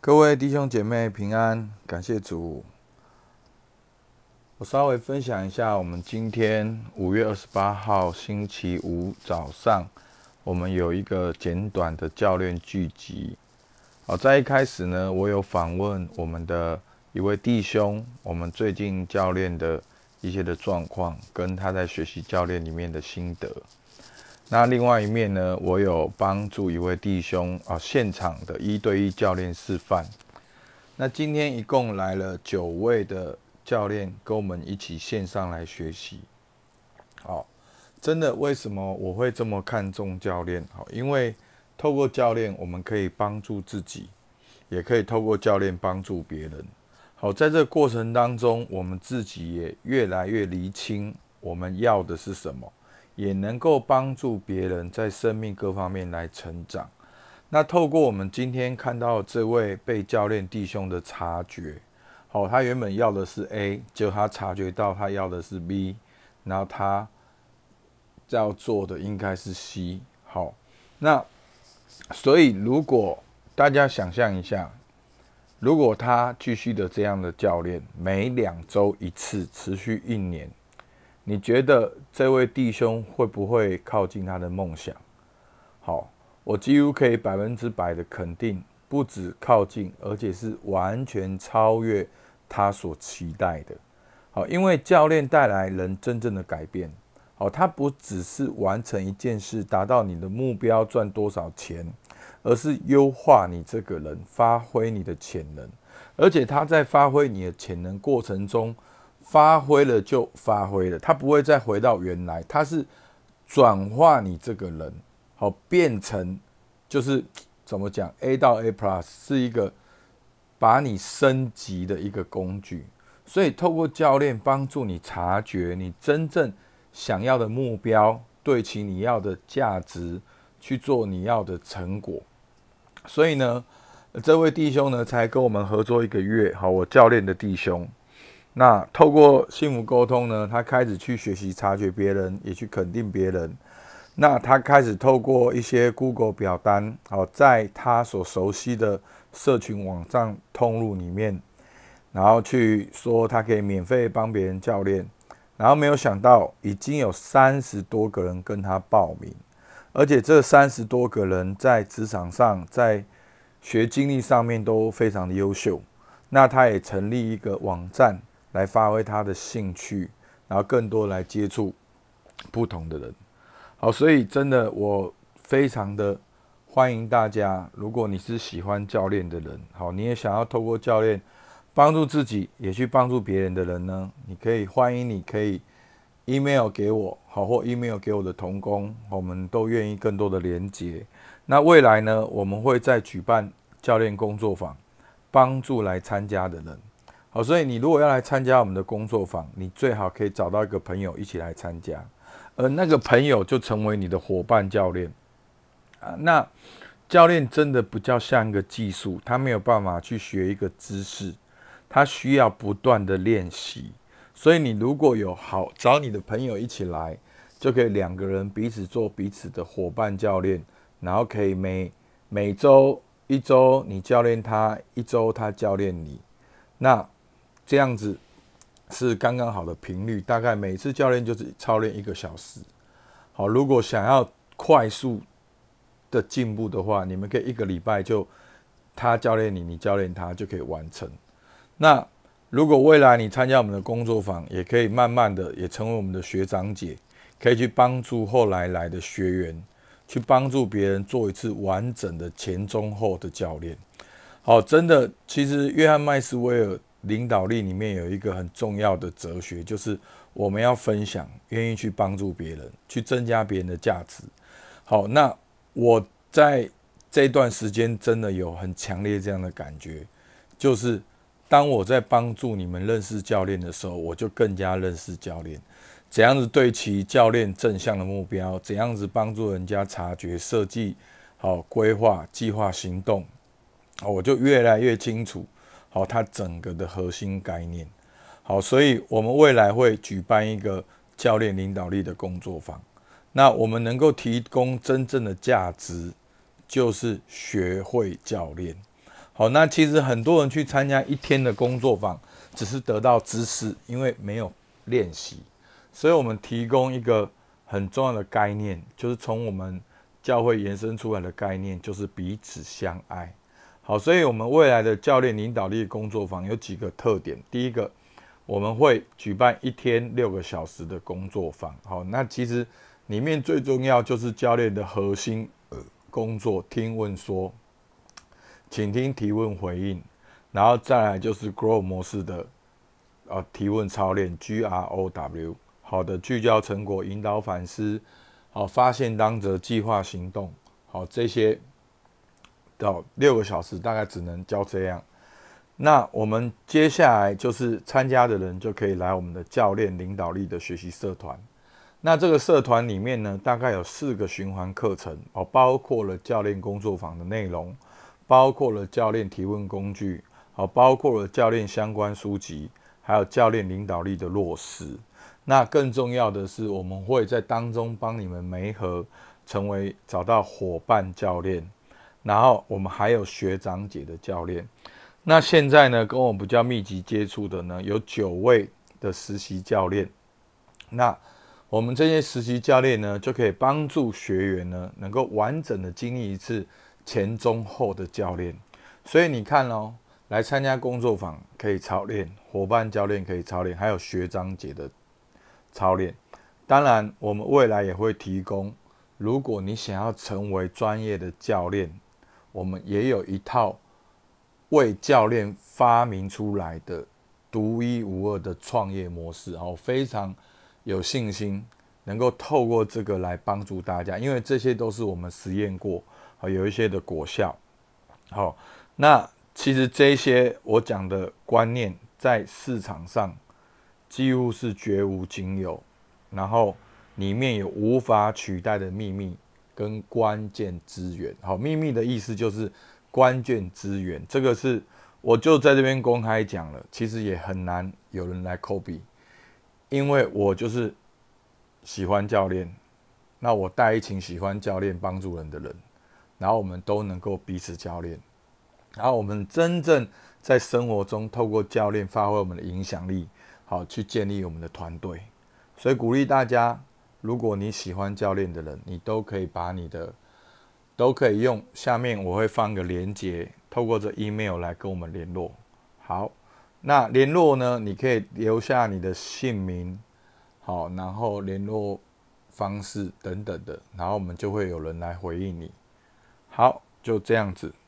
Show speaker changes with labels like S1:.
S1: 各位弟兄姐妹平安，感谢主。我稍微分享一下，我们今天5月28号星期五早上，我们有一个简短的教练聚集。在一开始呢，我有访问我们的一位弟兄，我们最近教练的一些的状况，跟他在学习教练里面的心得。那另外一面呢，我有帮助一位弟兄现场的1对1教练示范。那今天一共来了9位的教练跟我们一起线上来学习。真的为什么我会这么看重教练？因为透过教练我们可以帮助自己，也可以透过教练帮助别人。在这个过程当中，我们自己也越来越厘清我们要的是什么，也能够帮助别人在生命各方面来成长。那透过我们今天看到这位被教练弟兄的察觉，他原本要的是 A， 结果他察觉到他要的是 B， 然后他要做的应该是 C。那所以如果大家想象一下，如果他继续的这样的教练，每2周一次，持续1年，你觉得这位弟兄会不会靠近他的梦想？我几乎可以100%的肯定，不止靠近，而且是完全超越他所期待的。因为教练带来人真正的改变。他不只是完成一件事，达到你的目标，赚多少钱，而是优化你这个人，发挥你的潜能。而且他在发挥你的潜能过程中，发挥了就发挥了，他不会再回到原来，他是转化你这个人，变成就是怎么讲 A 到 A Plus 是一个把你升级的一个工具。所以透过教练帮助你察觉你真正想要的目标，对齐你要的价值，去做你要的成果。所以呢，这位弟兄呢才跟我们合作1个月，我教练的弟兄。那透过幸福沟通呢，他开始去学习察觉别人，也去肯定别人。那他开始透过一些 Google 表单，在他所熟悉的社群网站通路里面，然后去说他可以免费帮别人教练。然后没有想到已经有30多个人跟他报名，而且这30多个人在职场上，在学经历上面都非常的优秀。那他也成立一个网站来发挥他的兴趣，然后更多来接触不同的人。所以真的我非常的欢迎大家，如果你是喜欢教练的人，你也想要透过教练帮助自己也去帮助别人的人呢，欢迎你可以 email 给我，或 email 给我的同工，我们都愿意更多的连结。那未来呢，我们会再举办教练工作坊，帮助来参加的人。所以你如果要来参加我们的工作坊，你最好可以找到一个朋友一起来参加，而那个朋友就成为你的伙伴教练。那教练真的比较像一个技术，他没有办法去学一个知识，他需要不断的练习。所以你如果有找你的朋友一起来，就可以2个人彼此做彼此的伙伴教练，然后可以每周1周你教练他，1周他教练你。那这样子是刚刚好的频率，大概每次教练就是操练1个小时。如果想要快速的进步的话，你们可以1个礼拜就他教练你，你教练他就可以完成。那如果未来你参加我们的工作坊，也可以慢慢的也成为我们的学长姐，可以去帮助后来的学员，去帮助别人做一次完整的前中后的教练。真的，其实约翰麦斯威尔领导力里面有一个很重要的哲学，就是我们要分享，愿意去帮助别人，去增加别人的价值。那我在这段时间真的有很强烈这样的感觉，就是当我在帮助你们认识教练的时候，我就更加认识教练，怎样子对齐教练正向的目标，怎样子帮助人家察觉、设计、规划、计划、行动，我就越来越清楚它整个的核心概念。所以我们未来会举办一个教练领导力的工作坊。那我们能够提供真正的价值，就是学会教练。 好，那其实很多人去参加1天的工作坊，只是得到知识，因为没有练习，所以我们提供一个很重要的概念，就是从我们教会延伸出来的概念，就是彼此相爱。好，所以我们未来的教练领导力工作坊有几个特点。第一个，我们会举办1天6个小时的工作坊。好，那其实里面最重要就是教练的核心工作，听问说，倾听、提问、回应，然后再来就是 Grow 模式的提问操练 GROW。好的，聚焦成果，引导反思，好，发现当责，计划行动。好，这些到6个小时大概只能教这样。那我们接下来就是参加的人就可以来我们的教练领导力的学习社团。那这个社团里面呢，大概有4个循环课程，包括了教练工作坊的内容，包括了教练提问工具，包括了教练相关书籍，还有教练领导力的落实。那更重要的是，我们会在当中帮你们媒合，成为找到伙伴教练，然后我们还有学长姐的教练。那现在呢，跟我比较密集接触的呢，有9位的实习教练。那我们这些实习教练呢，就可以帮助学员呢，能够完整的经历一次前中后的教练。所以你看哦，来参加工作坊可以操练，伙伴教练可以操练，还有学长姐的操练。当然，我们未来也会提供，如果你想要成为专业的教练，我们也有一套为教练发明出来的独一无二的创业模式，非常有信心能够透过这个来帮助大家，因为这些都是我们实验过，有一些的果效。好，那其实这些我讲的观念在市场上几乎是绝无仅有，然后里面有无法取代的秘密跟关键资源。好，秘密的意思就是关键资源，这个是我就在这边公开讲了，其实也很难有人来 copy， 因为我就是喜欢教练，那我带一群喜欢教练帮助人的人，然后我们都能够彼此教练，然后我们真正在生活中透过教练发挥我们的影响力，好去建立我们的团队。所以鼓励大家，如果你喜欢教练的人，你都可以把你的都可以用下面我会放个连结，透过这 email 来跟我们联络。好，那联络呢，你可以留下你的姓名，好，然后联络方式等等的，然后我们就会有人来回应你。好，就这样子。